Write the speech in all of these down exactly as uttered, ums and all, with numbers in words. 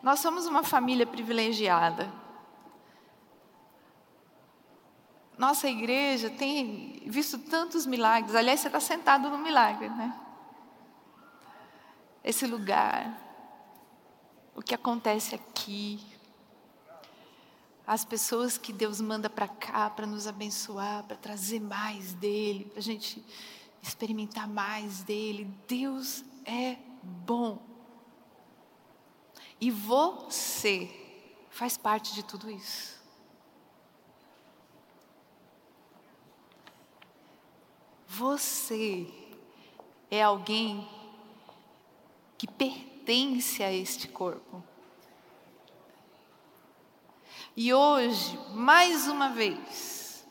Nós somos uma família privilegiada. Nossa igreja tem visto tantos milagres. Aliás, você está sentado no milagre, né? Esse lugar, o que acontece aqui, as pessoas que Deus manda para cá para nos abençoar, para trazer mais dele, para a gente experimentar mais dele. Deus é bom. E você faz parte de tudo isso. Você é alguém que pertence a este corpo. E hoje, mais uma vez,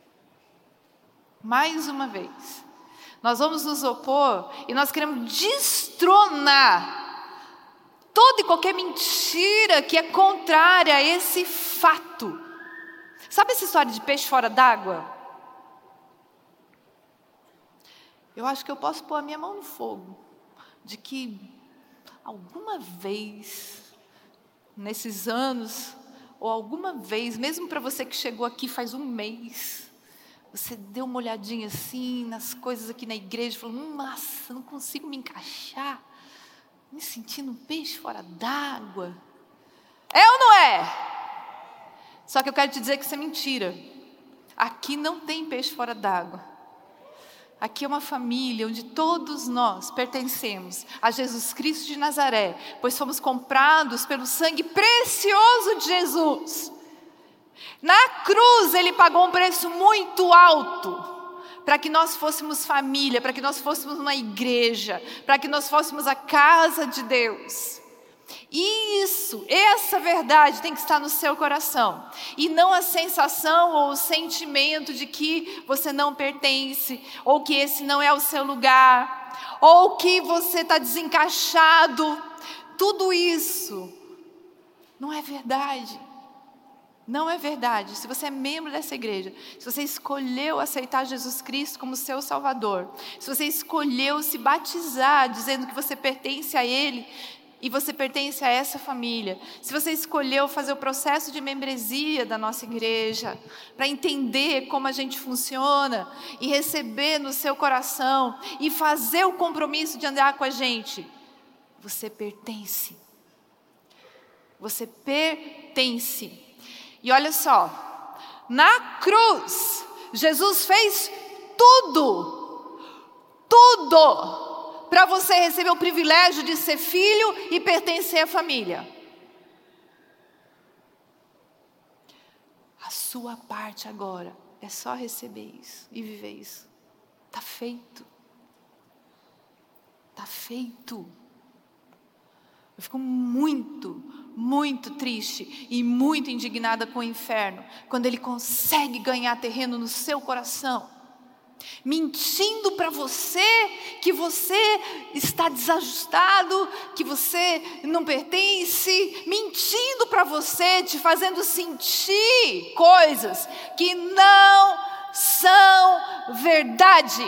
mais uma vez, nós vamos nos opor e nós queremos destronar toda e qualquer mentira que é contrária a esse fato. Sabe essa história de peixe fora d'água? Eu acho que eu posso pôr a minha mão no fogo, de que alguma vez, nesses anos, ou alguma vez, mesmo para você que chegou aqui faz um mês, você deu uma olhadinha assim nas coisas aqui na igreja e falou: hum, nossa, não consigo me encaixar, me sentindo um peixe fora d'água. É ou não é? Só que eu quero te dizer que isso é mentira. Aqui não tem peixe fora d'água. Aqui é uma família onde todos nós pertencemos a Jesus Cristo de Nazaré, pois fomos comprados pelo sangue precioso de Jesus. Na cruz Ele pagou um preço muito alto para que nós fôssemos família, para que nós fôssemos uma igreja, para que nós fôssemos a casa de Deus. E isso, essa verdade tem que estar no seu coração, e não a sensação ou o sentimento de que você não pertence, ou que esse não é o seu lugar, ou que você está desencaixado. Tudo isso não é verdade. Não é verdade. Se você é membro dessa igreja, se você escolheu aceitar Jesus Cristo como seu Salvador, se você escolheu se batizar dizendo que você pertence a Ele e você pertence a essa família, se você escolheu fazer o processo de membresia da nossa igreja para entender como a gente funciona e receber no seu coração e fazer o compromisso de andar com a gente, você pertence. Você pertence. E olha só, na cruz, Jesus fez tudo, tudo, para você receber o privilégio de ser filho e pertencer à família. A sua parte agora é só receber isso e viver isso. Está feito. Está feito. Eu fico muito, muito triste e muito indignada com o inferno, quando ele consegue ganhar terreno no seu coração, mentindo para você que você está desajustado, que você não pertence, mentindo para você, te fazendo sentir coisas que não são verdade.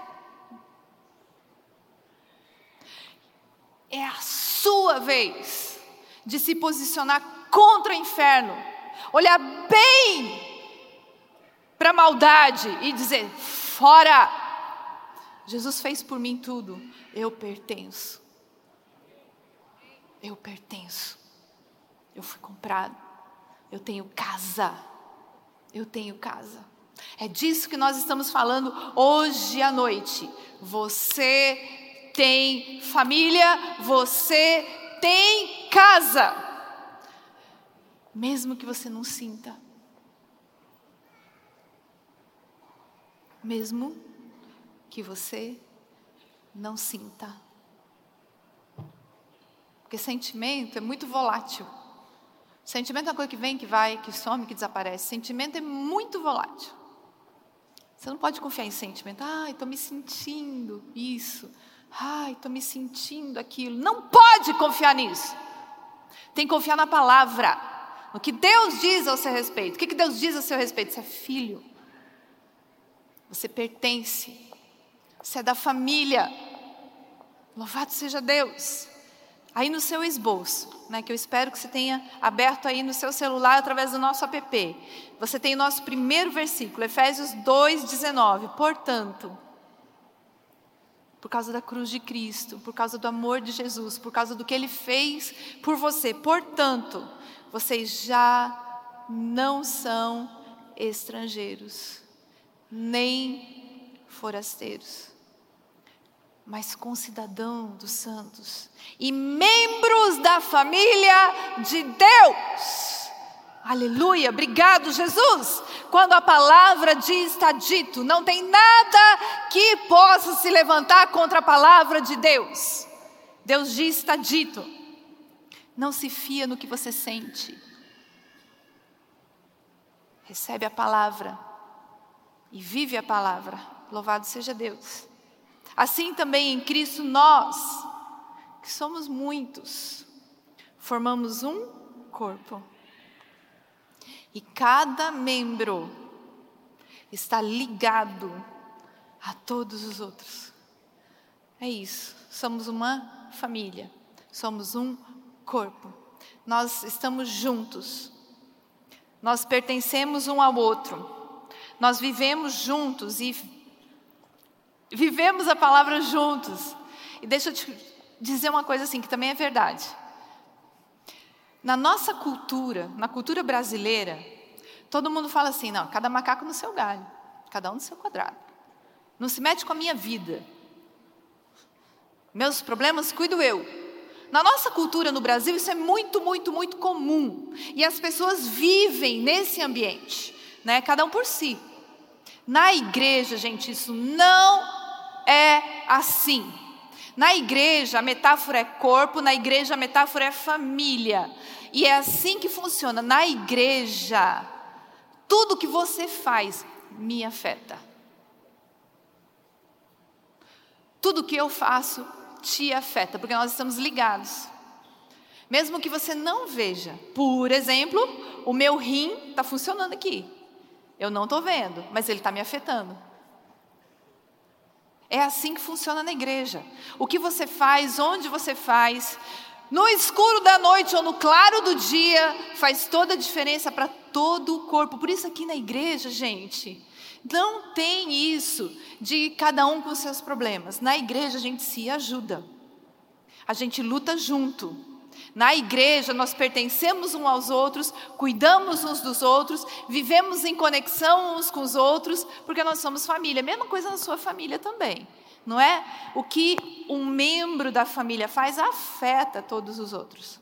É a sua vez de se posicionar contra o inferno, olhar bem para a maldade e dizer: fora! Jesus fez por mim tudo, eu pertenço. Eu pertenço. Eu fui comprado. Eu tenho casa. Eu tenho casa. É disso que nós estamos falando hoje à noite. Você tem família, você tem casa, mesmo que você não sinta, mesmo que você não sinta, porque sentimento é muito volátil. Sentimento é uma coisa que vem, que vai, que some, que desaparece. Sentimento é muito volátil. Você não pode confiar em sentimento. Ai, estou me sentindo isso. Ai, estou me sentindo aquilo. Não pode confiar nisso. Tem que confiar na palavra, no que Deus diz ao seu respeito. O que Deus diz ao seu respeito? Você é filho. Você pertence. Você é da família. Louvado seja Deus. aí no seu esboço, né, que eu espero que você tenha aberto aí no seu celular através do nosso app, você tem o nosso primeiro versículo, Efésios dois, dezenove. Portanto, por causa da cruz de Cristo, por causa do amor de Jesus, por causa do que Ele fez por você, portanto, vocês já não são estrangeiros, nem forasteiros, mas concidadão dos santos e membros da família de Deus. Aleluia, obrigado Jesus. Quando a palavra diz, está dito, não tem nada que possa se levantar contra a palavra de Deus. Deus diz, está dito. Não se fia no que você sente. Recebe a palavra e vive a palavra. Louvado seja Deus. Assim também em Cristo nós, que somos muitos, formamos um corpo. E cada membro está ligado a todos os outros. É isso, somos uma família, somos um corpo. Nós estamos juntos, nós pertencemos um ao outro, nós vivemos juntos e vivemos a palavra juntos. E deixa eu te dizer uma coisa assim, que também é verdade. Na nossa cultura, na cultura brasileira, todo mundo fala assim, não, cada macaco no seu galho, cada um no seu quadrado. Não se mete com a minha vida. Meus problemas cuido eu. Na nossa cultura no Brasil, isso é muito, muito, muito comum. E as pessoas vivem nesse ambiente, né? Cada um por si. Na igreja, gente, isso não é assim. Na igreja, a metáfora é corpo, na igreja, a metáfora é família. E é assim que funciona. Na igreja, tudo que você faz me afeta. Tudo que eu faço te afeta, porque nós estamos ligados. Mesmo que você não veja. Por exemplo, o meu rim está funcionando aqui. Eu não estou vendo, mas ele está me afetando. É assim que funciona na igreja. O que você faz, onde você faz, no escuro da noite ou no claro do dia, faz toda a diferença para todo o corpo. Por isso aqui na igreja, gente, não tem isso de cada um com seus problemas. Na igreja a gente se ajuda. A gente luta junto. Na igreja nós pertencemos uns aos outros, cuidamos uns dos outros, vivemos em conexão uns com os outros, porque nós somos família. Mesma coisa na sua família também, não é? O que um membro da família faz afeta todos os outros.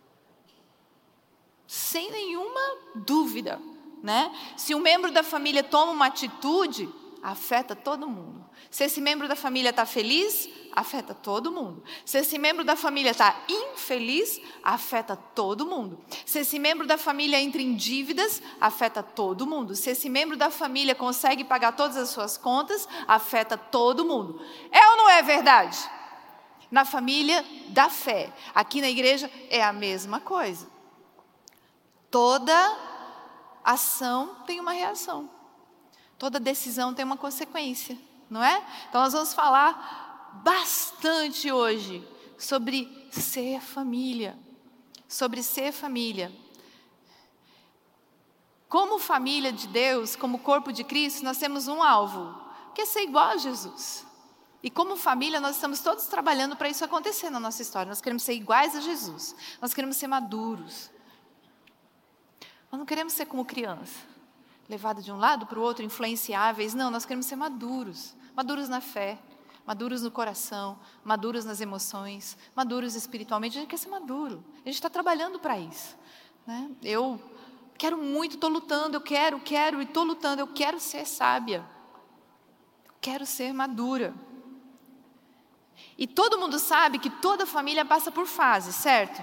Sem nenhuma dúvida, né? Se um membro da família toma uma atitude, afeta todo mundo. Se esse membro da família está feliz, afeta todo mundo. Se esse membro da família está infeliz, afeta todo mundo. Se esse membro da família entra em dívidas, afeta todo mundo. Se esse membro da família consegue pagar todas as suas contas, afeta todo mundo. É ou não é verdade? Na família da fé, aqui na igreja é a mesma coisa. Toda ação tem uma reação. Toda decisão tem uma consequência, não é? Então nós vamos falar bastante hoje sobre ser família, sobre ser família. Como família de Deus, como corpo de Cristo, nós temos um alvo, que é ser igual a Jesus. E como família, nós estamos todos trabalhando para isso acontecer na nossa história. Nós queremos ser iguais a Jesus, nós queremos ser maduros. Nós não queremos ser como criança, levado de um lado para o outro, influenciáveis. Não, nós queremos ser maduros, maduros na fé, maduros no coração, maduros nas emoções, maduros espiritualmente. A gente quer ser maduro, a gente está trabalhando para isso, né? Eu quero muito, estou lutando, eu quero, quero e estou lutando, eu quero ser sábia, quero ser madura. E todo mundo sabe que toda família passa por fases, certo?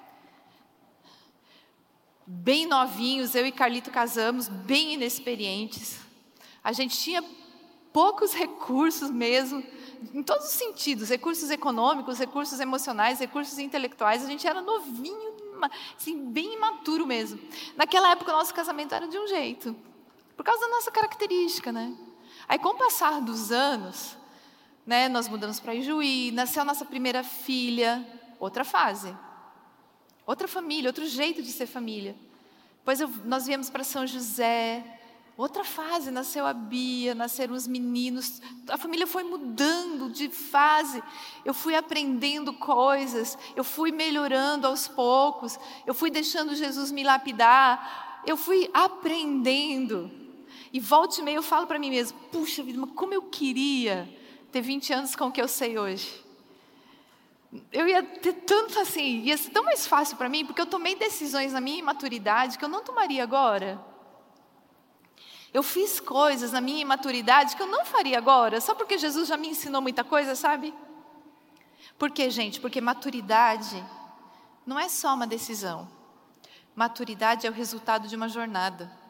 Bem novinhos, eu e Carlito casamos, bem inexperientes. A gente tinha poucos recursos mesmo, em todos os sentidos, recursos econômicos, recursos emocionais, recursos intelectuais. A gente era novinho, assim, bem imaturo mesmo. Naquela época o nosso casamento era de um jeito, por causa da nossa característica, né? Aí com o passar dos anos, né, nós mudamos para Ijuí, nasceu a nossa primeira filha, outra fase. Outra família, outro jeito de ser família. Depois eu, nós viemos para São José, outra fase, nasceu a Bia, nasceram os meninos, a família foi mudando de fase, eu fui aprendendo coisas, eu fui melhorando aos poucos, eu fui deixando Jesus me lapidar, eu fui aprendendo. E volta e meia eu falo para mim mesma, puxa vida, mas como eu queria ter vinte anos com o que eu sei hoje. Eu ia ter tanto assim, ia ser tão mais fácil para mim, porque eu tomei decisões na minha imaturidade que eu não tomaria agora. Eu fiz coisas na minha imaturidade que eu não faria agora, só porque Jesus já me ensinou muita coisa, sabe? Por quê, gente? Porque maturidade não é só uma decisão. Maturidade é o resultado de uma jornada.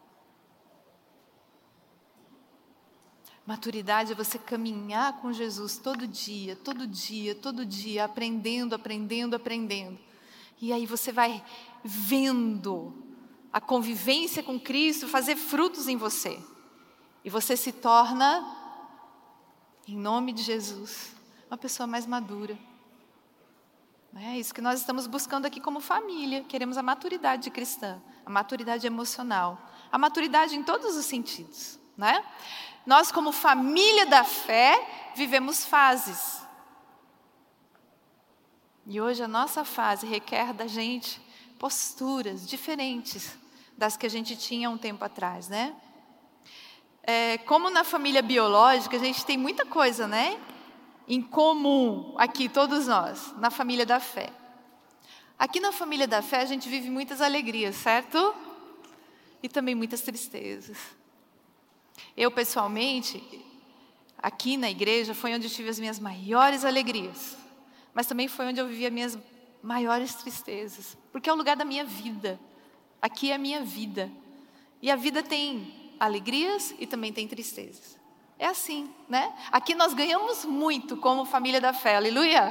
Maturidade é você caminhar com Jesus todo dia, todo dia, todo dia, aprendendo, aprendendo, aprendendo. E aí você vai vendo a convivência com Cristo fazer frutos em você. E você se torna, em nome de Jesus, uma pessoa mais madura. É isso que nós estamos buscando aqui como família. Queremos a maturidade cristã, a maturidade emocional, a maturidade em todos os sentidos, né? Nós, como família da fé, vivemos fases. E hoje a nossa fase requer da gente posturas diferentes das que a gente tinha um tempo atrás, né? É, como na família biológica, a gente tem muita coisa, né? Em comum, aqui, todos nós, na família da fé. Aqui na família da fé, a gente vive muitas alegrias, certo? E também muitas tristezas. Eu, pessoalmente, aqui na igreja, foi onde eu tive as minhas maiores alegrias. Mas também foi onde eu vivi as minhas maiores tristezas. Porque é o lugar da minha vida. Aqui é a minha vida. E a vida tem alegrias e também tem tristezas. É assim, né? Aqui nós ganhamos muito como família da fé. Aleluia!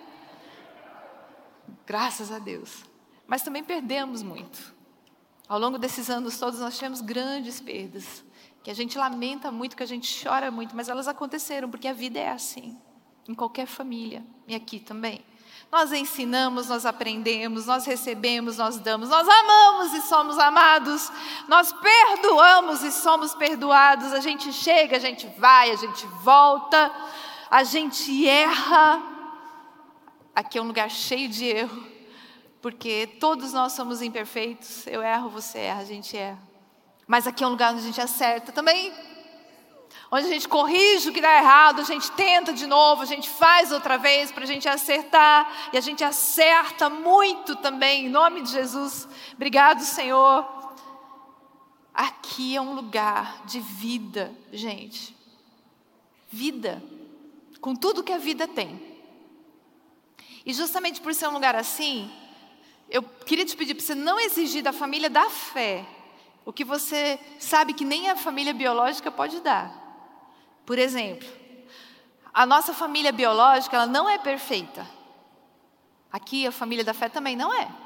Graças a Deus. Mas também perdemos muito. Ao longo desses anos todos nós tivemos grandes perdas. Que a gente lamenta muito, que a gente chora muito, mas elas aconteceram, porque a vida é assim, em qualquer família, e aqui também. Nós ensinamos, nós aprendemos, nós recebemos, nós damos, nós amamos e somos amados, nós perdoamos e somos perdoados, a gente chega, a gente vai, a gente volta, a gente erra. Aqui é um lugar cheio de erro, porque todos nós somos imperfeitos, eu erro, você erra, a gente erra. Mas aqui é um lugar onde a gente acerta também. Onde a gente corrige o que dá errado, a gente tenta de novo, a gente faz outra vez para a gente acertar. E a gente acerta muito também, em nome de Jesus. Obrigado, Senhor. Aqui é um lugar de vida, gente. Vida. Com tudo que a vida tem. E justamente por ser um lugar assim, eu queria te pedir para você não exigir da família da fé o que você sabe que nem a família biológica pode dar. Por exemplo, a nossa família biológica, ela não é perfeita. Aqui a família da fé também não é.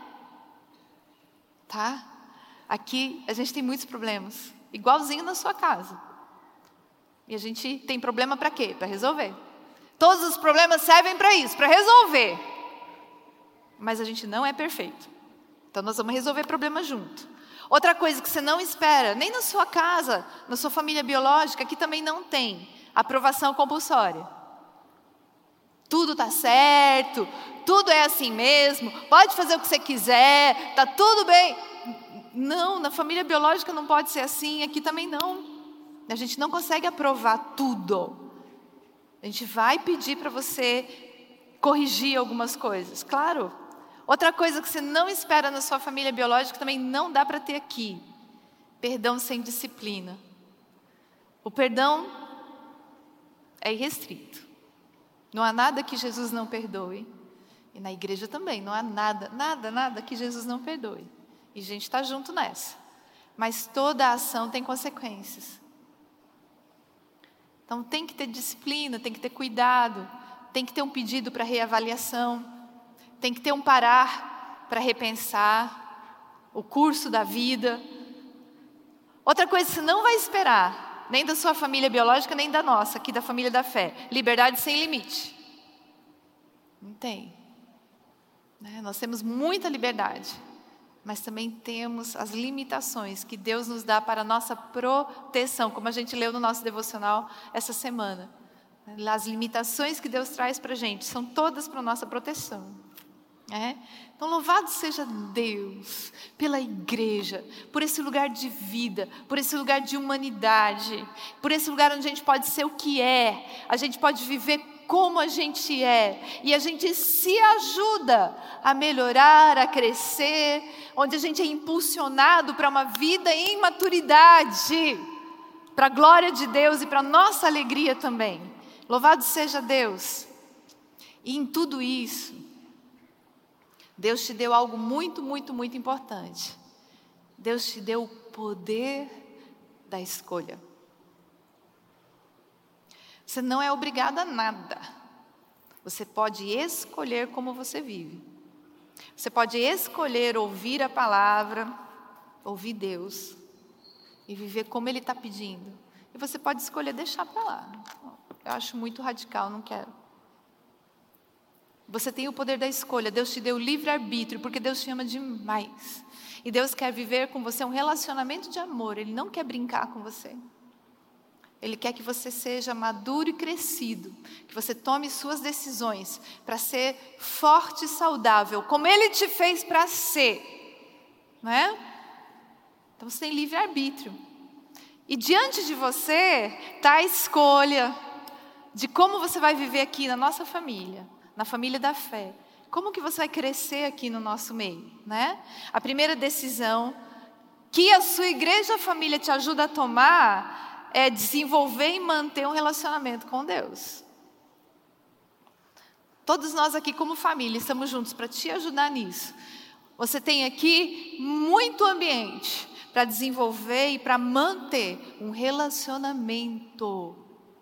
Tá? Aqui a gente tem muitos problemas, igualzinho na sua casa. E a gente tem problema para quê? Para resolver. Todos os problemas servem para isso, para resolver. Mas a gente não é perfeito. Então nós vamos resolver problemas junto. Outra coisa que você não espera, nem na sua casa, na sua família biológica, que também não tem aprovação compulsória. Tudo está certo, tudo é assim mesmo, pode fazer o que você quiser, está tudo bem. Não, na família biológica não pode ser assim, aqui também não. A gente não consegue aprovar tudo. A gente vai pedir para você corrigir algumas coisas, claro. Outra coisa que você não espera na sua família biológica também não dá para ter aqui. Perdão sem disciplina. O perdão é irrestrito. Não há nada que Jesus não perdoe. E na igreja também, não há nada, nada, nada que Jesus não perdoe. E a gente está junto nessa. Mas toda ação tem consequências. Então tem que ter disciplina, tem que ter cuidado, tem que ter um pedido para reavaliação. Tem que ter um parar para repensar o curso da vida. Outra coisa que você não vai esperar, nem da sua família biológica, nem da nossa, aqui da família da fé. Liberdade sem limite. Não tem. né? Nós temos muita liberdade, mas também temos as limitações que Deus nos dá para a nossa proteção, como a gente leu no nosso devocional essa semana. As limitações que Deus traz para a gente são todas para a nossa proteção. É? Então louvado seja Deus pela igreja, por esse lugar de vida, por esse lugar de humanidade, por esse lugar onde a gente pode ser o que é, a gente pode viver como a gente é, e a gente se ajuda a melhorar, a crescer, onde a gente é impulsionado para uma vida em maturidade, para a glória de Deus e para a nossa alegria também. Louvado seja Deus. E em tudo isso, Deus te deu algo muito, muito, muito importante. Deus te deu o poder da escolha. Você não é obrigado a nada. Você pode escolher como você vive. Você pode escolher ouvir a palavra, ouvir Deus e viver como Ele está pedindo. E você pode escolher deixar para lá. Eu acho muito radical, não quero. Você tem o poder da escolha. Deus te deu livre-arbítrio, porque Deus te ama demais. E Deus quer viver com você um relacionamento de amor. Ele não quer brincar com você. Ele quer que você seja maduro e crescido. Que você tome suas decisões para ser forte e saudável, como Ele te fez para ser. Não é? Então você tem livre-arbítrio. E diante de você está a escolha de como você vai viver aqui na nossa família. Na família da fé. Como que você vai crescer aqui no nosso meio, né? A primeira decisão que a sua igreja, a família te ajuda a tomar é desenvolver e manter um relacionamento com Deus. Todos nós aqui como família estamos juntos para te ajudar nisso. Você tem aqui muito ambiente para desenvolver e para manter um relacionamento.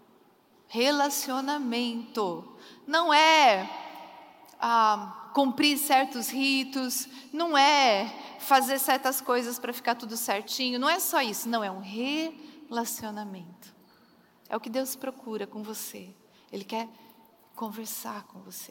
Relacionamento. Não é ah, cumprir certos ritos, não é fazer certas coisas para ficar tudo certinho, não é só isso, não, é um relacionamento. É o que Deus procura com você. Ele quer conversar com você.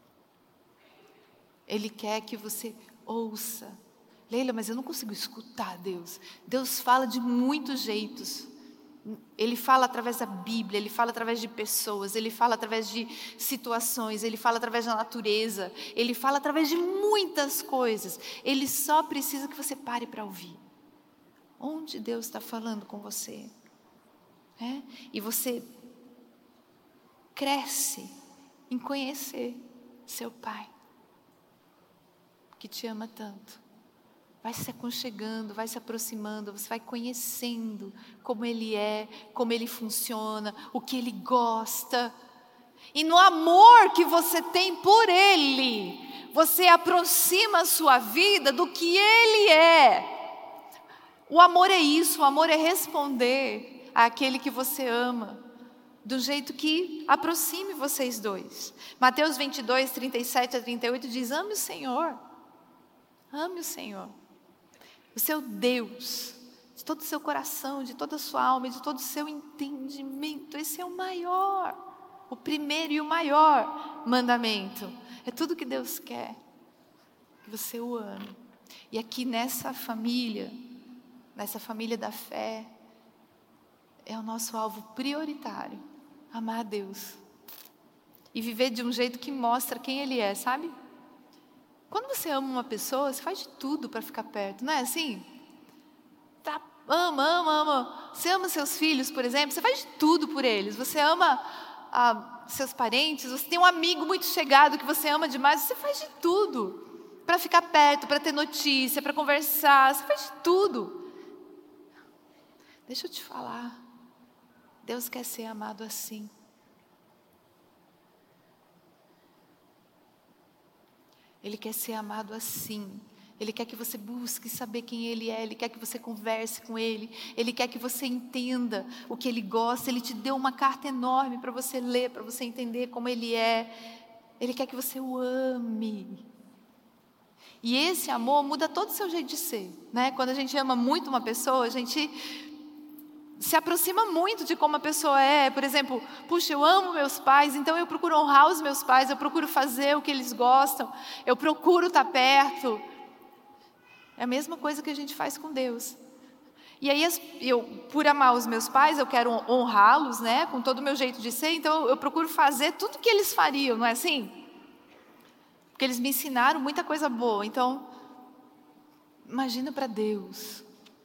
Ele quer que você ouça. Leila, mas eu não consigo escutar Deus. Deus fala de muitos jeitos. Ele fala através da Bíblia, Ele fala através de pessoas, Ele fala através de situações, Ele fala através da natureza, Ele fala através de muitas coisas. Ele só precisa que você pare para ouvir. Onde Deus está falando com você? É? E você cresce em conhecer seu Pai, que te ama tanto. Vai se aconchegando, vai se aproximando, você vai conhecendo como Ele é, como Ele funciona, o que Ele gosta. E no amor que você tem por Ele, você aproxima a sua vida do que Ele é. O amor é isso, o amor é responder àquele que você ama, do jeito que aproxime vocês dois. Mateus vinte e dois, trinta e sete a trinta e oito diz: ame o Senhor, ame o Senhor. O seu Deus, de todo o seu coração, de toda a sua alma, de todo o seu entendimento. Esse é o maior, o primeiro e o maior mandamento. É tudo que Deus quer, que você o ame. E aqui nessa família, nessa família da fé, é o nosso alvo prioritário, amar a Deus. E viver de um jeito que mostra quem Ele é, sabe? Quando você ama uma pessoa, você faz de tudo para ficar perto, não é assim? Tá, ama, ama, ama. Você ama seus filhos, por exemplo, você faz de tudo por eles. Você ama ah, seus parentes, você tem um amigo muito chegado que você ama demais, você faz de tudo para ficar perto, para ter notícia, para conversar, você faz de tudo. Deixa eu te falar, Deus quer ser amado assim. Ele quer ser amado assim. Ele quer que você busque saber quem Ele é. Ele quer que você converse com Ele. Ele quer que você entenda o que Ele gosta. Ele te deu uma carta enorme para você ler, para você entender como Ele é. Ele quer que você o ame. E esse amor muda todo o seu jeito de ser, né? Quando a gente ama muito uma pessoa, a gente se aproxima muito de como a pessoa é. Por exemplo, puxa, eu amo meus pais, então eu procuro honrar os meus pais, eu procuro fazer o que eles gostam, eu procuro estar perto. É a mesma coisa que a gente faz com Deus. E aí, eu, por amar os meus pais, eu quero honrá-los, né, com todo o meu jeito de ser, então eu procuro fazer tudo o que eles fariam, não é assim? Porque eles me ensinaram muita coisa boa. Então, imagina para Deus.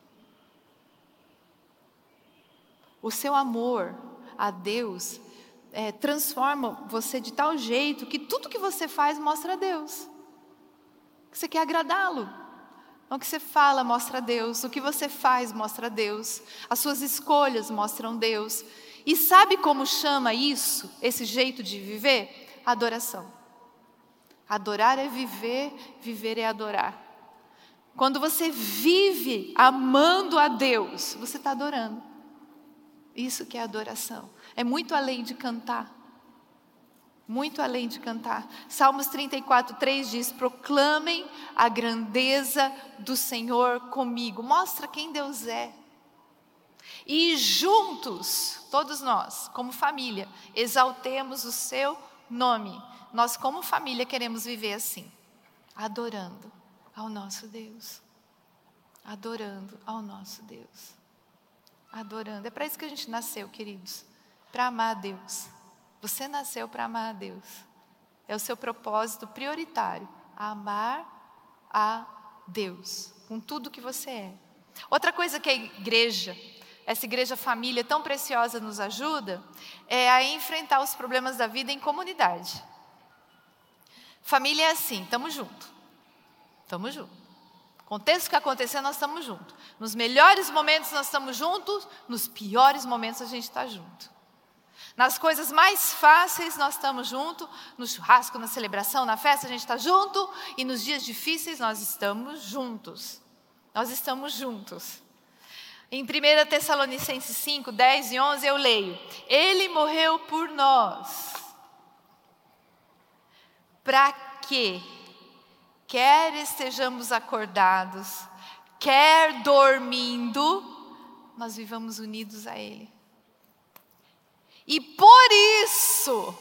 O seu amor a Deus é, transforma você de tal jeito que tudo que você faz mostra a Deus. Que você quer agradá-lo. O que você fala mostra a Deus. O que você faz mostra a Deus. As suas escolhas mostram Deus. E sabe como chama isso, esse jeito de viver? Adoração. Adorar é viver, viver é adorar. Quando você vive amando a Deus, você está adorando. Isso que é adoração. É muito além de cantar. Muito além de cantar. Salmos trinta e quatro, três diz: proclamem a grandeza do Senhor comigo. Mostra quem Deus é. E juntos, todos nós, como família, exaltemos o seu nome. Nós, como família, queremos viver assim. Adorando ao nosso Deus. Adorando ao nosso Deus. Adorando. É para isso que a gente nasceu, queridos. Para amar a Deus. Você nasceu para amar a Deus. É o seu propósito prioritário. Amar a Deus. Com tudo que você é. Outra coisa que a igreja, essa igreja família tão preciosa nos ajuda, é a enfrentar os problemas da vida em comunidade. Família é assim, estamos juntos. Estamos juntos. Aconteça o que acontecer, nós estamos juntos. Nos melhores momentos nós estamos juntos, nos piores momentos a gente está junto. Nas coisas mais fáceis nós estamos juntos, no churrasco, na celebração, na festa a gente está junto, e nos dias difíceis nós estamos juntos. Nós estamos juntos. Em primeira Tessalonicenses cinco, dez e onze eu leio: Ele morreu por nós, para que, quer estejamos acordados, quer dormindo, nós vivamos unidos a Ele. E por isso,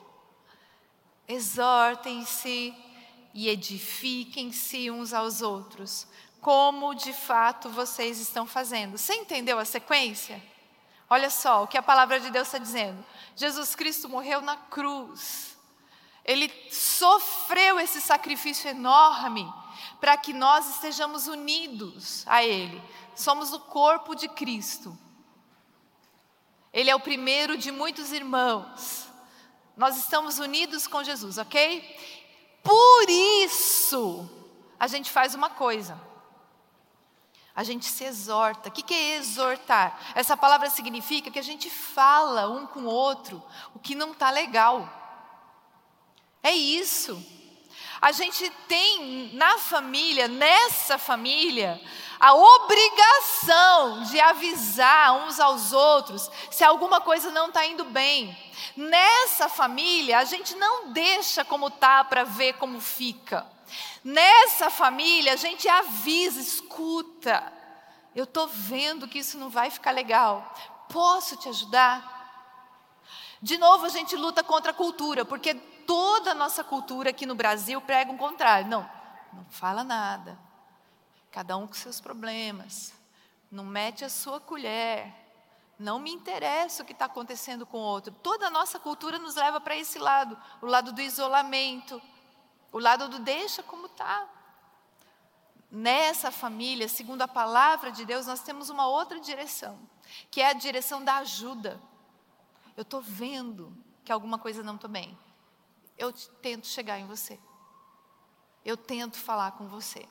exortem-se e edifiquem-se uns aos outros, como de fato vocês estão fazendo. Você entendeu a sequência? Olha só o que a palavra de Deus está dizendo. Jesus Cristo morreu na cruz. Ele sofreu esse sacrifício enorme para que nós estejamos unidos a Ele. Somos o corpo de Cristo. Ele é o primeiro de muitos irmãos. Nós estamos unidos com Jesus, ok? Por isso, a gente faz uma coisa. A gente se exorta. O que é exortar? Essa palavra significa que a gente fala um com o outro o que não está legal. É isso. A gente tem na família, nessa família, a obrigação de avisar uns aos outros se alguma coisa não está indo bem. Nessa família, a gente não deixa como está para ver como fica. Nessa família, a gente avisa, escuta. Eu estou vendo que isso não vai ficar legal. Posso te ajudar? De novo, a gente luta contra a cultura, porque toda a nossa cultura aqui no Brasil prega o contrário. Não, não fala nada. Cada um com seus problemas. Não mete a sua colher. Não me interessa o que está acontecendo com o outro. Toda a nossa cultura nos leva para esse lado. O lado do isolamento. O lado do deixa como está. Nessa família, segundo a palavra de Deus, nós temos uma outra direção. Que é a direção da ajuda. Eu estou vendo que alguma coisa não está bem. Eu tento chegar em você. Eu tento falar com você.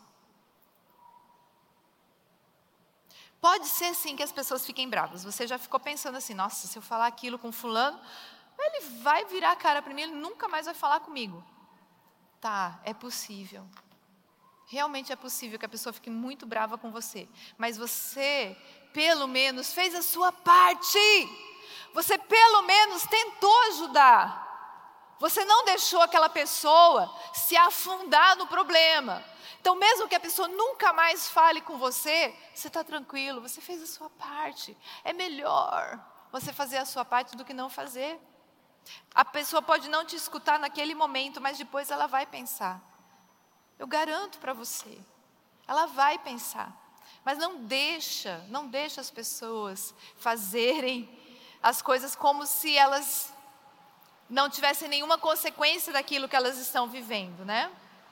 Pode ser sim que as pessoas fiquem bravas. Você já ficou pensando assim: nossa, se eu falar aquilo com fulano, ele vai virar a cara para mim, ele nunca mais vai falar comigo. Tá, é possível. Realmente é possível que a pessoa fique muito brava com você. Mas você, pelo menos, fez a sua parte. Você pelo menos tentou ajudar. Você não deixou aquela pessoa se afundar no problema. Então, mesmo que a pessoa nunca mais fale com você, você está tranquilo, você fez a sua parte. É melhor você fazer a sua parte do que não fazer. A pessoa pode não te escutar naquele momento, mas depois ela vai pensar. Eu garanto para você, ela vai pensar. Mas não deixa, não deixa as pessoas fazerem as coisas como se elas não tivessem nenhuma consequência daquilo que elas estão vivendo, né?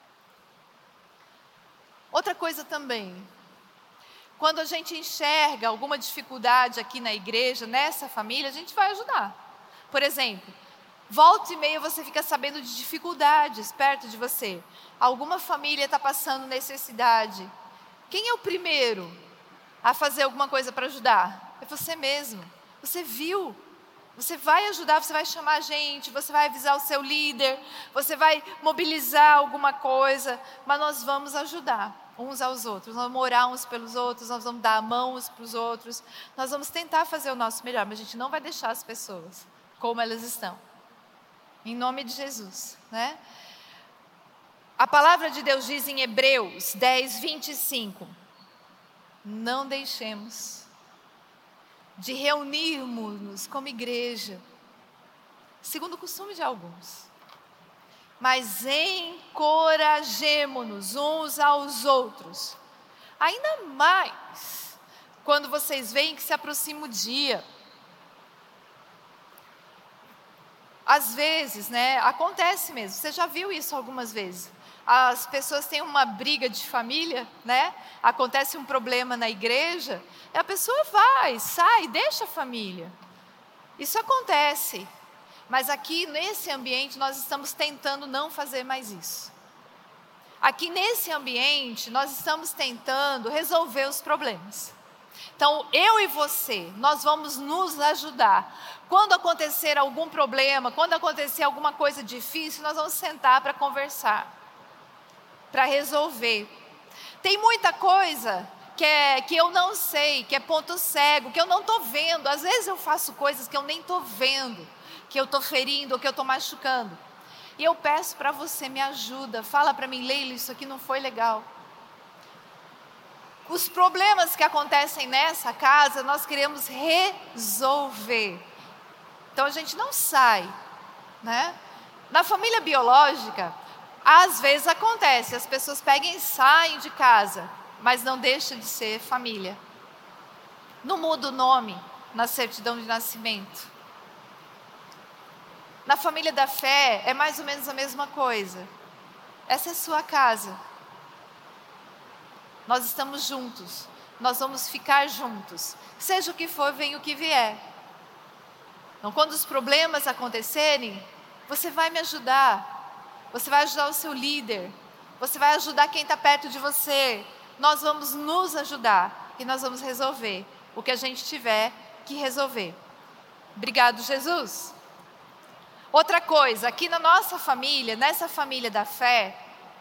Outra coisa também, quando a gente enxerga alguma dificuldade aqui na igreja, nessa família, a gente vai ajudar. Por exemplo, volta e meia você fica sabendo de dificuldades perto de você. Alguma família está passando necessidade. Quem é o primeiro a fazer alguma coisa para ajudar? É você mesmo. Você viu. Você vai ajudar, você vai chamar a gente, você vai avisar o seu líder, você vai mobilizar alguma coisa, mas nós vamos ajudar uns aos outros, nós vamos orar uns pelos outros, nós vamos dar a mão uns para os outros, nós vamos tentar fazer o nosso melhor, mas a gente não vai deixar as pessoas como elas estão. Em nome de Jesus, né? A palavra de Deus diz em Hebreus dez, vinte e cinco, não deixemos de reunirmos-nos como igreja, segundo o costume de alguns, mas encorajemo-nos uns aos outros, ainda mais quando vocês veem que se aproxima o dia. Às vezes, né, acontece mesmo, você já viu isso algumas vezes. As pessoas têm uma briga de família, né? Acontece um problema na igreja, e a pessoa vai, sai, deixa a família. Isso acontece. Mas aqui nesse ambiente nós estamos tentando não fazer mais isso. Aqui nesse ambiente nós estamos tentando resolver os problemas. Então eu e você, nós vamos nos ajudar. Quando acontecer algum problema, quando acontecer alguma coisa difícil, nós vamos sentar para conversar, para resolver. Tem muita coisa que, é, que eu não sei, que é ponto cego, que eu não estou vendo. Às vezes eu faço coisas que eu nem estou vendo, que eu estou ferindo ou que eu estou machucando. E eu peço para você, me ajuda, fala para mim, Leila, isso aqui não foi legal. Os problemas que acontecem nessa casa, nós queremos resolver. Então a gente não sai, né? Na família biológica, às vezes acontece, as pessoas pegam e saem de casa, mas não deixa de ser família. Não muda o nome na certidão de nascimento. Na família da fé é mais ou menos a mesma coisa. Essa é a sua casa. Nós estamos juntos, nós vamos ficar juntos. Seja o que for, venha o que vier. Então, quando os problemas acontecerem, você vai me ajudar. Você vai ajudar o seu líder. Você vai ajudar quem está perto de você. Nós vamos nos ajudar e nós vamos resolver o que a gente tiver que resolver. Obrigado, Jesus. Outra coisa, aqui na nossa família, nessa família da fé,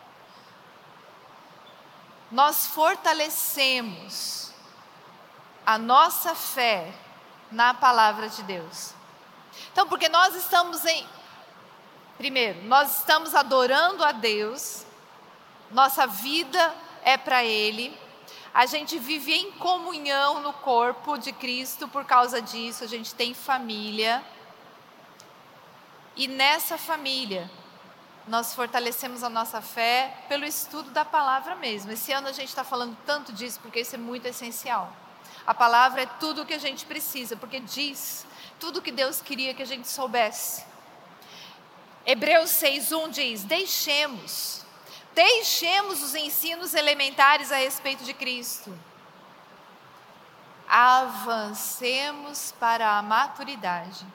nós fortalecemos a nossa fé na palavra de Deus. Então, porque nós estamos em... Primeiro, nós estamos adorando a Deus, nossa vida é para Ele, a gente vive em comunhão no corpo de Cristo por causa disso, a gente tem família. E nessa família, nós fortalecemos a nossa fé pelo estudo da palavra mesmo. Esse ano a gente está falando tanto disso, porque isso é muito essencial. A palavra é tudo o que a gente precisa, porque diz tudo o que Deus queria que a gente soubesse. Hebreus seis, um diz, deixemos, deixemos os ensinos elementares a respeito de Cristo. Avancemos para a maturidade.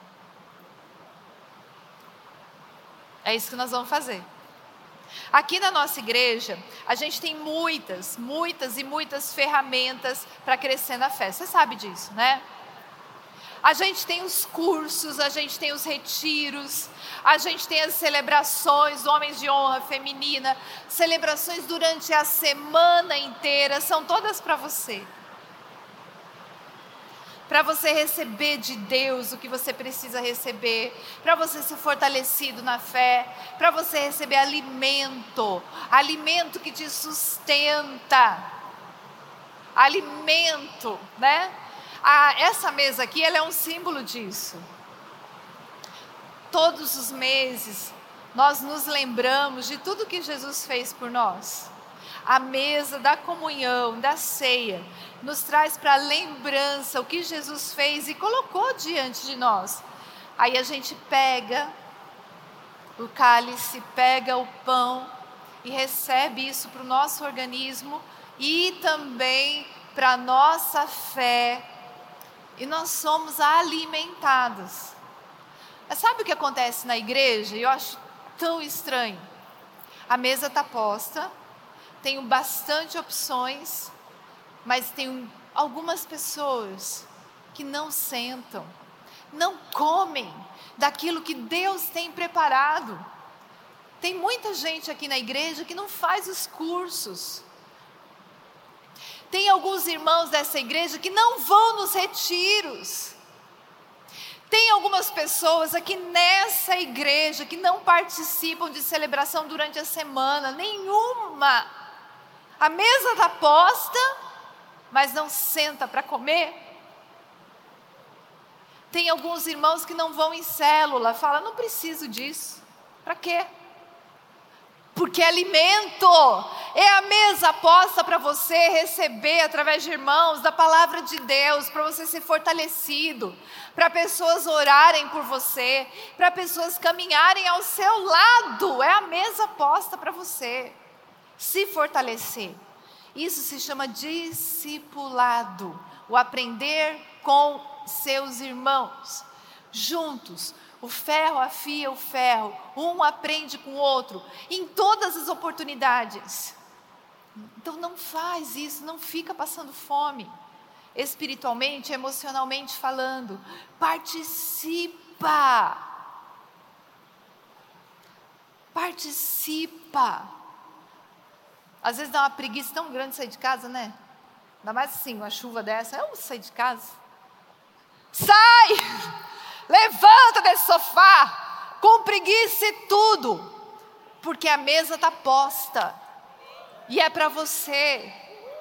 É isso que nós vamos fazer. Aqui na nossa igreja, a gente tem muitas, muitas e muitas ferramentas para crescer na fé. Você sabe disso, né? A gente tem os cursos, a gente tem os retiros, a gente tem as celebrações, homens de honra feminina, celebrações durante a semana inteira, são todas para você. para você receber de Deus o que você precisa receber, para você ser fortalecido na fé, para você receber alimento, alimento que te sustenta, alimento, né? Ah, essa mesa aqui, ela é um símbolo disso. Todos os meses, nós nos lembramos de tudo que Jesus fez por nós. A mesa da comunhão, da ceia, nos traz para a lembrança o que Jesus fez e colocou diante de nós. Aí a gente pega o cálice, pega o pão e recebe isso para o nosso organismo e também para a nossa fé. E nós somos alimentados. Mas sabe o que acontece na igreja? Eu acho tão estranho. A mesa está posta, tenho bastante opções, mas tem algumas pessoas que não sentam, não comem daquilo que Deus tem preparado. Tem muita gente aqui na igreja que não faz os cursos. Tem alguns irmãos dessa igreja que não vão nos retiros. Tem algumas pessoas aqui nessa igreja que não participam de celebração durante a semana, nenhuma. A mesa está posta, mas não senta para comer. Tem alguns irmãos que não vão em célula, falam, não preciso disso. Para quê? Porque alimento é a mesa posta para você receber através de irmãos da palavra de Deus, para você ser fortalecido, para pessoas orarem por você, para pessoas caminharem ao seu lado. É a mesa posta para você se fortalecer. Isso se chama discipulado, o aprender com seus irmãos, juntos. O ferro afia o ferro, um aprende com o outro, em todas as oportunidades. Então não faz isso, não fica passando fome, espiritualmente, emocionalmente falando. Participa, participa. Às vezes dá uma preguiça tão grande sair de casa, né? Ainda mais assim, uma chuva dessa, eu vou sair de casa. Sai! Levanta desse sofá, com preguiça e tudo, porque a mesa está posta, e é para você.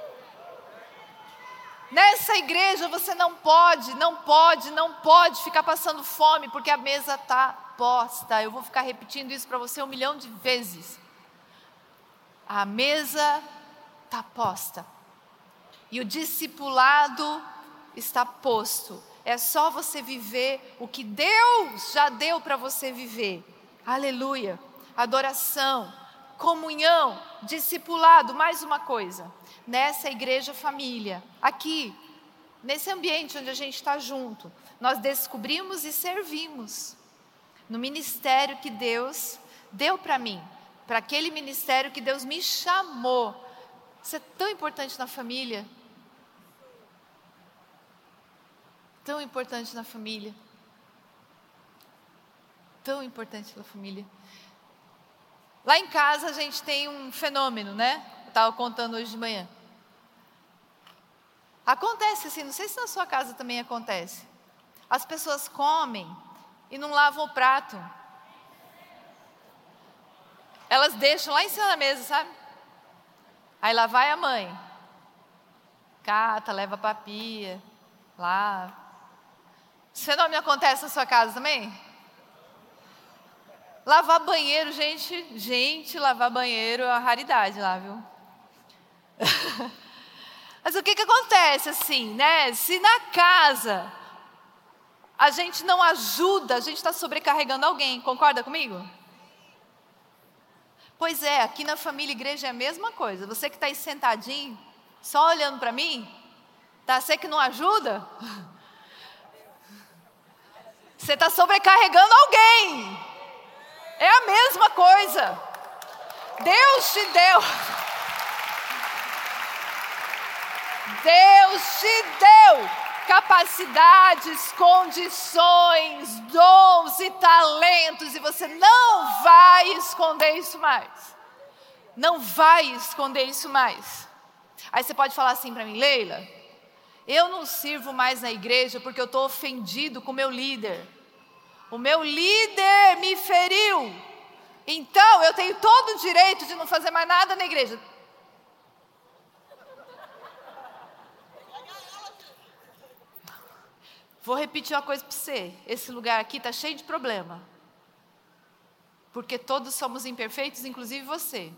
Nessa igreja você não pode, não pode, não pode ficar passando fome, porque a mesa está posta. Eu vou ficar repetindo isso para você um milhão de vezes. A mesa está posta, e o discipulado está posto. É só você viver o que Deus já deu para você viver. Aleluia. Adoração, comunhão, discipulado. Mais uma coisa. Nessa igreja família, aqui, nesse ambiente onde a gente está junto, nós descobrimos e servimos no ministério que Deus deu para mim. Para aquele ministério que Deus me chamou. Isso é tão importante na família. Tão importante na família. Tão importante na família. Lá em casa a gente tem um fenômeno, né? Eu estava contando hoje de manhã. Acontece assim, não sei se na sua casa também acontece. As pessoas comem e não lavam o prato. Elas deixam lá em cima da mesa, sabe? Aí lá vai a mãe. Cata, leva para a pia, lava. Esse fenômeno acontece na sua casa também? Lavar banheiro, gente, gente, lavar banheiro é uma raridade lá, viu? Mas o que que acontece assim, né? Se na casa a gente não ajuda, a gente está sobrecarregando alguém, concorda comigo? Pois é, aqui na família igreja é a mesma coisa. Você que está aí sentadinho, só olhando para mim, tá? Você que não ajuda... Você está sobrecarregando alguém. É a mesma coisa. Deus te deu. Deus te deu capacidades, condições, dons e talentos. E você não vai esconder isso mais. Não vai esconder isso mais. Aí você pode falar assim para mim, Leila, Eu não sirvo mais na igreja porque eu estou ofendido com o meu líder. O meu líder me feriu. Então eu tenho todo o direito de não fazer mais nada na igreja. Vou repetir uma coisa para você. Esse lugar aqui está cheio de problema. Porque todos somos imperfeitos, inclusive você.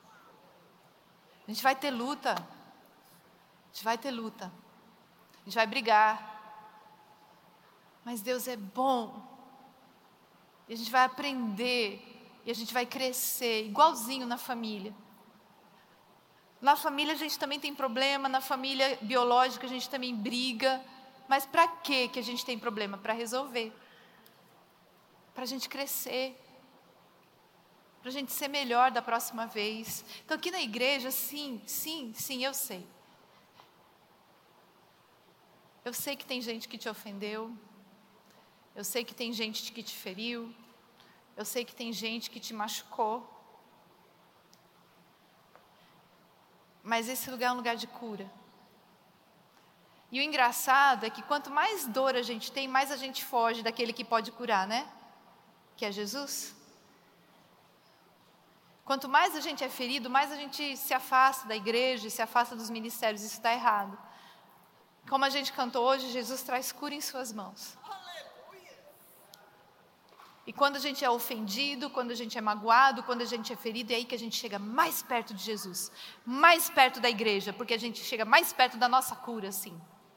A gente vai ter luta. A gente vai ter luta. A gente vai brigar. Mas Deus é bom. E a gente vai aprender. E a gente vai crescer, igualzinho na família. Na família a gente também tem problema. Na família biológica a gente também briga. Mas para que que a gente tem problema? Para resolver. Para a gente crescer. Para a gente ser melhor da próxima vez. Então aqui na igreja, sim, sim, sim, eu sei. Eu sei que tem gente que te ofendeu. Eu sei que tem gente que te feriu. Eu sei que tem gente que te machucou. Mas esse lugar é um lugar de cura. E o engraçado é que quanto mais dor a gente tem, mais a gente foge daquele que pode curar, né? Que é Jesus. Quanto mais a gente é ferido, mais a gente se afasta da igreja, se afasta dos ministérios. Isso está errado. Como a gente cantou hoje, Jesus traz cura em suas mãos. E quando a gente é ofendido, quando a gente é magoado, quando a gente é ferido, é aí que a gente chega mais perto de Jesus. Mais perto da igreja, porque a gente chega mais perto da nossa cura, assim.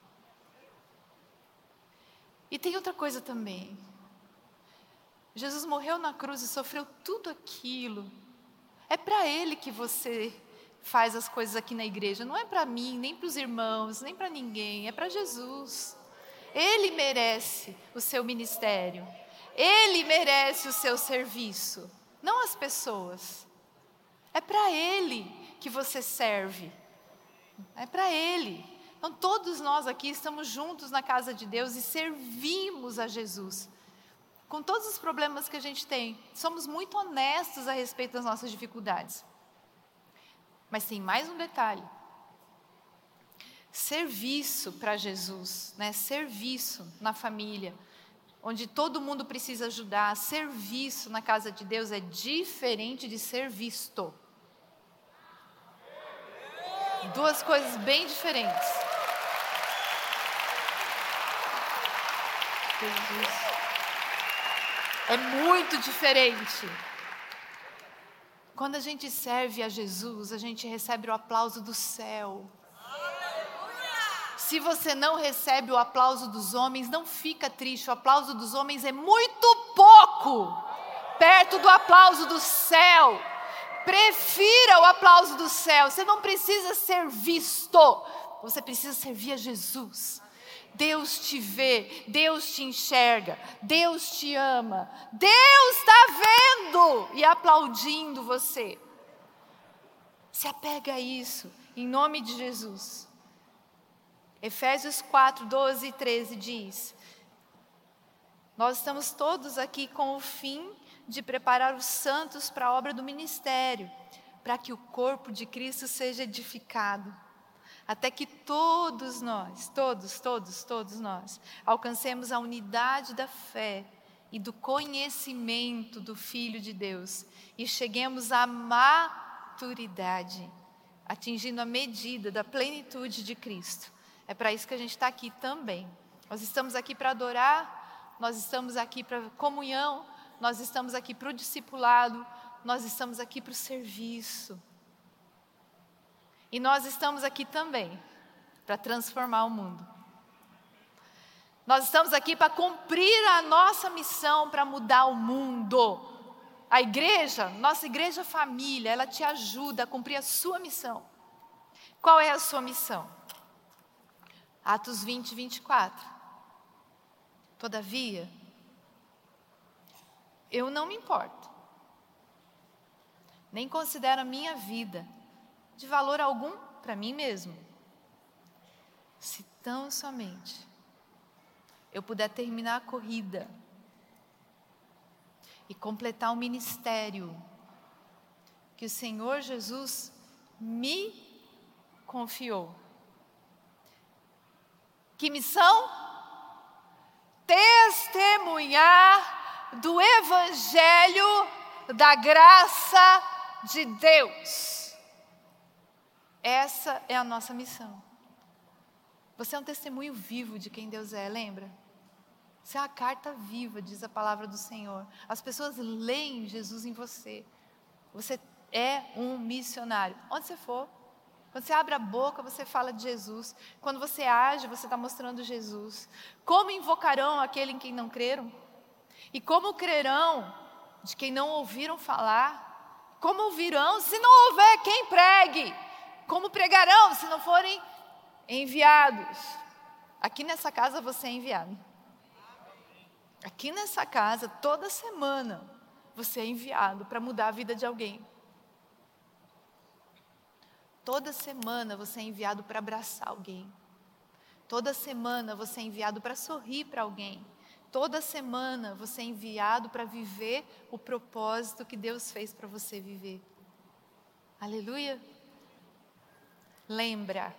E tem outra coisa também. Jesus morreu na cruz e sofreu tudo aquilo. É para Ele que você faz as coisas aqui na igreja. Não é para mim, nem para os irmãos, nem para ninguém. É para Jesus. Ele merece o seu ministério. Ele merece o seu serviço. Não as pessoas. É para Ele que você serve. É para Ele. Então todos nós aqui estamos juntos na casa de Deus e servimos a Jesus. Com todos os problemas que a gente tem, somos muito honestos a respeito das nossas dificuldades. Mas tem mais um detalhe. Serviço para Jesus, né? Serviço na família, onde todo mundo precisa ajudar. Serviço na casa de Deus é diferente de ser visto. Duas coisas bem diferentes. Jesus. É muito diferente. Quando a gente serve a Jesus, a gente recebe o aplauso do céu. Se você não recebe o aplauso dos homens, não fica triste. O aplauso dos homens é muito pouco perto do aplauso do céu. Prefira o aplauso do céu. Você não precisa ser visto. Você precisa servir a Jesus. Deus te vê, Deus te enxerga, Deus te ama, Deus está vendo e aplaudindo você. Se apega a isso, em nome de Jesus. Efésios quatro, doze e treze diz: nós estamos todos aqui com o fim de preparar os santos para a obra do ministério, para que o corpo de Cristo seja edificado. Até que todos nós, todos, todos, todos nós, alcancemos a unidade da fé e do conhecimento do Filho de Deus e cheguemos à maturidade, atingindo a medida da plenitude de Cristo. É para isso que a gente está aqui também. Nós estamos aqui para adorar, nós estamos aqui para comunhão, nós estamos aqui para o discipulado, nós estamos aqui para o serviço. E nós estamos aqui também para transformar o mundo. Nós estamos aqui para cumprir a nossa missão, para mudar o mundo. A igreja, nossa igreja família, ela te ajuda a cumprir a sua missão. Qual é a sua missão? Atos vinte, vinte e quatro. Todavia, eu não me importo, nem considero a minha vida de valor algum para mim mesmo, se tão somente eu puder terminar a corrida e completar o ministério que o Senhor Jesus me confiou. Que missão? Testemunhar do Evangelho da graça de Deus. Essa é a nossa missão. Você é um testemunho vivo de quem Deus é, lembra? Você é uma carta viva, diz a palavra do Senhor. As pessoas leem Jesus em você. Você é um missionário. Onde você for, quando você abre a boca, você fala de Jesus. Quando você age, você está mostrando Jesus. Como invocarão aquele em quem não creram? E como crerão de quem não ouviram falar? Como ouvirão se não houver quem pregue? Como pregarão se não forem enviados? Aqui nessa casa você é enviado. Aqui nessa casa, toda semana, você é enviado para mudar a vida de alguém. Toda semana você é enviado para abraçar alguém. Toda semana você é enviado para sorrir para alguém. Toda semana você é enviado para viver o propósito que Deus fez para você viver. Aleluia. Lembra.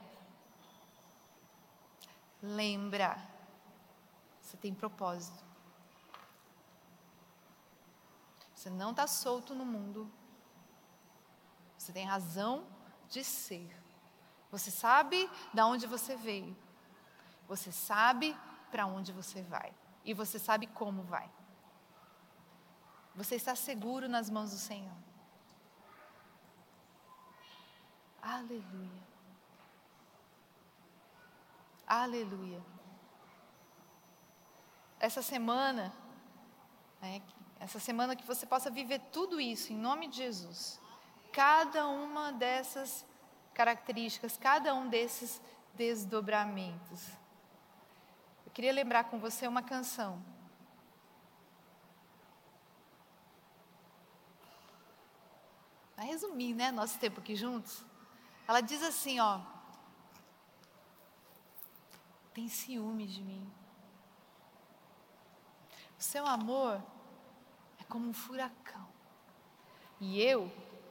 Lembra. Você tem propósito. Você não está solto no mundo. Você tem razão de ser. Você sabe de onde você veio. Você sabe para onde você vai. E você sabe como vai. Você está seguro nas mãos do Senhor. Aleluia. Aleluia. Essa semana, né, essa semana que você possa viver tudo isso em nome de Jesus. Cada uma dessas características, cada um desses desdobramentos. Eu queria lembrar com você uma canção. Vai resumir, né, nosso tempo aqui juntos. Ela diz assim, ó. Tem ciúmes de mim. O seu amor é como um furacão. E eu,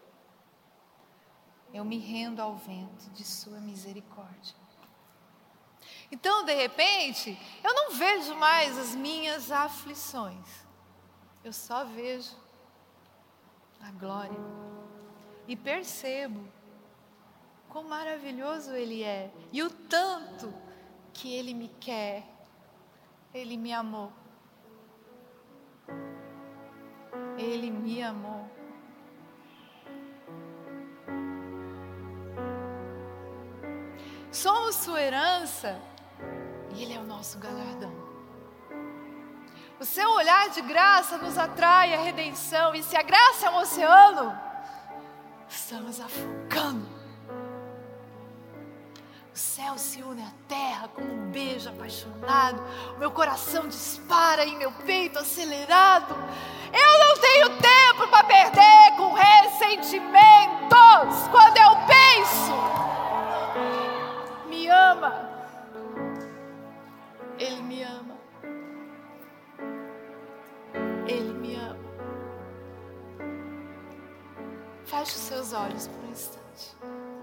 eu me rendo ao vento de sua misericórdia. Então, de repente, eu não vejo mais as minhas aflições. Eu só vejo a glória. E percebo quão maravilhoso Ele é. E o tanto que Ele me quer. Ele me amou. Ele me amou. Somos sua herança e Ele é o nosso galardão. O seu olhar de graça nos atrai à redenção. E se a graça é um oceano, estamos afogando. O céu se une à terra como um beijo apaixonado. O meu coração dispara em meu peito acelerado. Eu não tenho tempo para perder com ressentimentos. Quando eu penso, me ama. Ele me ama. Ele me ama. Feche os seus olhos por um instante.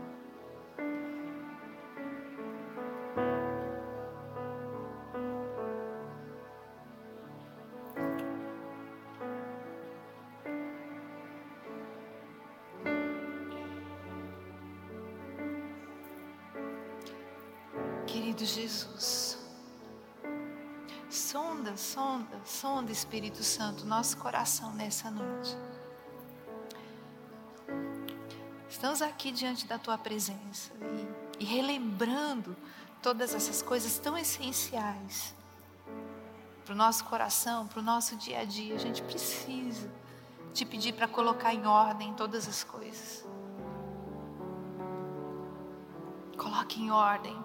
Querido Jesus, sonda, sonda, sonda, Espírito Santo, nosso coração nessa noite. Estamos aqui diante da Tua presença e, e relembrando todas essas coisas tão essenciais para o nosso coração, para o nosso dia a dia. A gente precisa Te pedir para colocar em ordem todas as coisas. Coloque em ordem.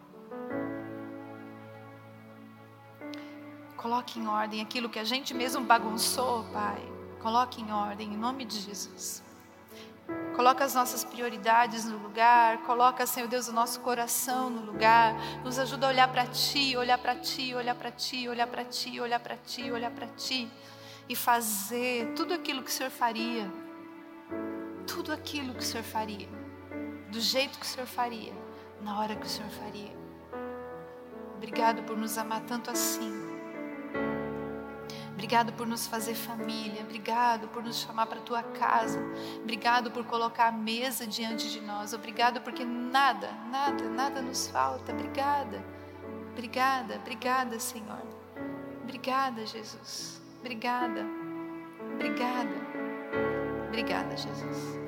Coloque em ordem aquilo que a gente mesmo bagunçou, Pai. Coloque em ordem, em nome de Jesus. Coloca as nossas prioridades no lugar. Coloca, Senhor Deus, o nosso coração no lugar. Nos ajuda a olhar para Ti, olhar para Ti, olhar para Ti, olhar para Ti, olhar para Ti, olhar para Ti. E fazer tudo aquilo que o Senhor faria. Tudo aquilo que o Senhor faria. Do jeito que o Senhor faria. Na hora que o Senhor faria. Obrigado por nos amar tanto assim. Obrigado por nos fazer família. Obrigado por nos chamar para a tua casa. Obrigado por colocar a mesa diante de nós. Obrigado porque nada, nada, nada nos falta. Obrigada. Obrigada, obrigada, Senhor. Obrigada, Jesus. Obrigada. Obrigada. Obrigada, Jesus.